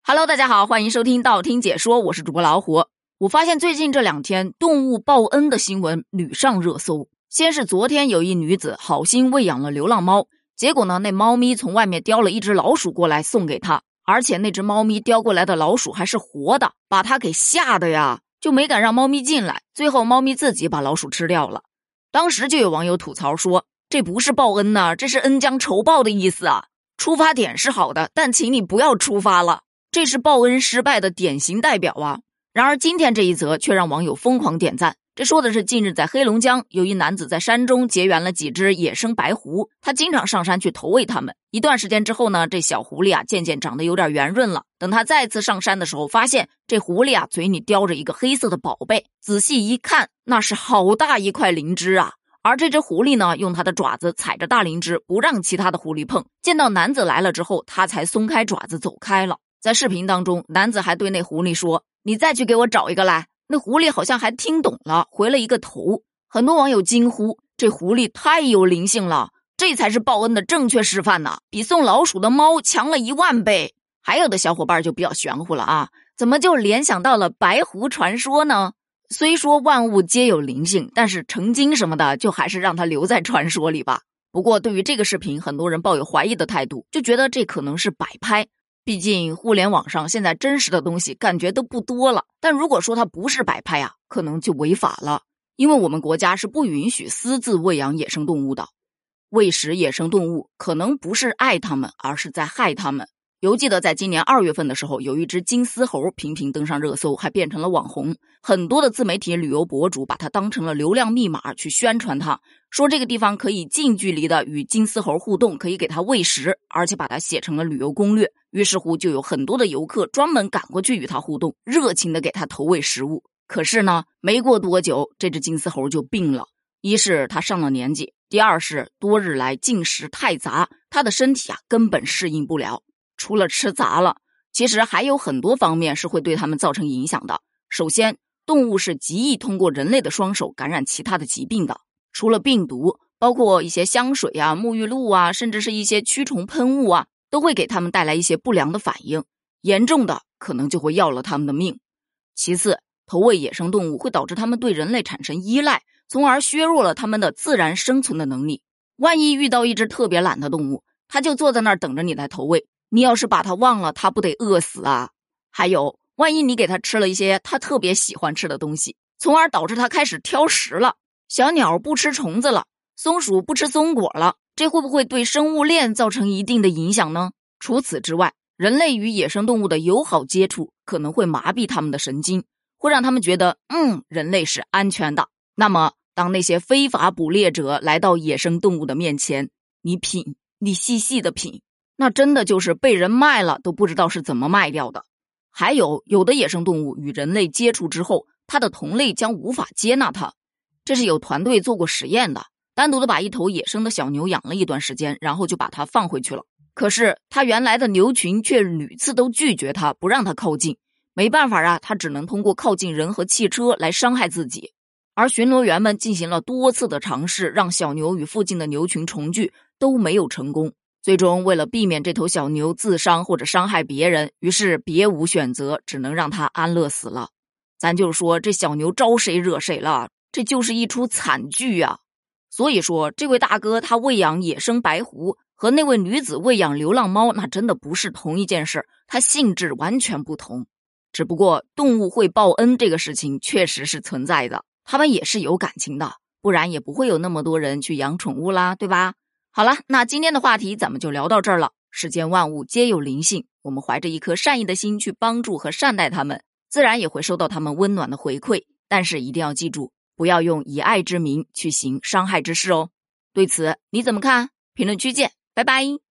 Hello， 大家好，欢迎收听道听解说，我是主播老虎。我发现最近这2天动物报恩的新闻屡上热搜。先是昨天有一女子好心喂养了流浪猫，结果呢，那猫咪从外面叼了一只老鼠过来送给她，而且那只猫咪叼过来的老鼠还是活的，把她给吓的呀，就没敢让猫咪进来，最后猫咪自己把老鼠吃掉了。当时就有网友吐槽说，这不是报恩啊，这是恩将仇报的意思啊。出发点是好的，但请你不要出发了，这是报恩失败的典型代表啊！然而今天这一则却让网友疯狂点赞。这说的是近日在黑龙江，有一男子在山中结缘了几只野生白狐，他经常上山去投喂它们。一段时间之后呢，这小狐狸啊渐渐长得有点圆润了。等他再次上山的时候，发现这狐狸啊嘴里叼着一个黑色的宝贝，仔细一看，那是好大一块灵芝啊！而这只狐狸呢，用它的爪子踩着大灵芝，不让其他的狐狸碰。见到男子来了之后，他才松开爪子走开了。在视频当中，男子还对那狐狸说，你再去给我找一个来。那狐狸好像还听懂了，回了一个头。很多网友惊呼，这狐狸太有灵性了，这才是报恩的正确示范呢，比送老鼠的猫强了10000倍。还有的小伙伴就比较玄乎了啊，怎么就联想到了白狐传说呢？虽说万物皆有灵性，但是成精什么的就还是让它留在传说里吧。不过对于这个视频，很多人抱有怀疑的态度，就觉得这可能是摆拍。毕竟互联网上现在真实的东西感觉都不多了，但如果说它不是摆拍啊，可能就违法了。因为我们国家是不允许私自喂养野生动物的。喂食野生动物可能不是爱它们，而是在害它们。犹记得在今年2月份的时候，有一只金丝猴频频登上热搜，还变成了网红。很多的自媒体旅游博主把它当成了流量密码去宣传它，说这个地方可以近距离的与金丝猴互动，可以给它喂食，而且把它写成了旅游攻略。于是乎就有很多的游客专门赶过去与它互动，热情的给它投喂食物。可是呢，没过多久，这只金丝猴就病了。一是它上了年纪，第二是多日来进食太杂，它的身体根本适应不了。除了吃杂了，其实还有很多方面是会对它们造成影响的。首先，动物是极易通过人类的双手感染其他的疾病的。除了病毒，包括一些香水啊、沐浴露啊，甚至是一些驱虫喷雾啊，都会给它们带来一些不良的反应，严重的可能就会要了它们的命。其次，投喂野生动物会导致它们对人类产生依赖，从而削弱了它们的自然生存的能力。万一遇到一只特别懒的动物，它就坐在那儿等着你来投喂，你要是把它忘了，它不得饿死啊？还有，万一你给它吃了一些它特别喜欢吃的东西，从而导致它开始挑食了，小鸟不吃虫子了，松鼠不吃松果了，这会不会对生物链造成一定的影响呢？除此之外，人类与野生动物的友好接触可能会麻痹它们的神经，会让他们觉得人类是安全的。那么当那些非法捕猎者来到野生动物的面前，你品，你细细的品，那真的就是被人卖了都不知道是怎么卖掉的。还有的野生动物与人类接触之后，它的同类将无法接纳它。这是有团队做过实验的，单独的把一头野生的小牛养了一段时间，然后就把它放回去了。可是它原来的牛群却屡次都拒绝它，不让它靠近。没办法啊，它只能通过靠近人和汽车来伤害自己。而巡逻员们进行了多次的尝试，让小牛与附近的牛群重聚，都没有成功。最终为了避免这头小牛自伤或者伤害别人，于是别无选择，只能让它安乐死了。咱就说这小牛招谁惹谁了，这就是一出惨剧啊。所以说这位大哥他喂养野生白狐和那位女子喂养流浪猫，那真的不是同一件事，它性质完全不同。只不过动物会报恩这个事情确实是存在的，它们也是有感情的，不然也不会有那么多人去养宠物啦，对吧？好了，那今天的话题咱们就聊到这儿了。世间万物皆有灵性，我们怀着一颗善意的心去帮助和善待它们，自然也会收到它们温暖的回馈。但是一定要记住，不要用以爱之名去行伤害之事哦。对此你怎么看？评论区见，拜拜。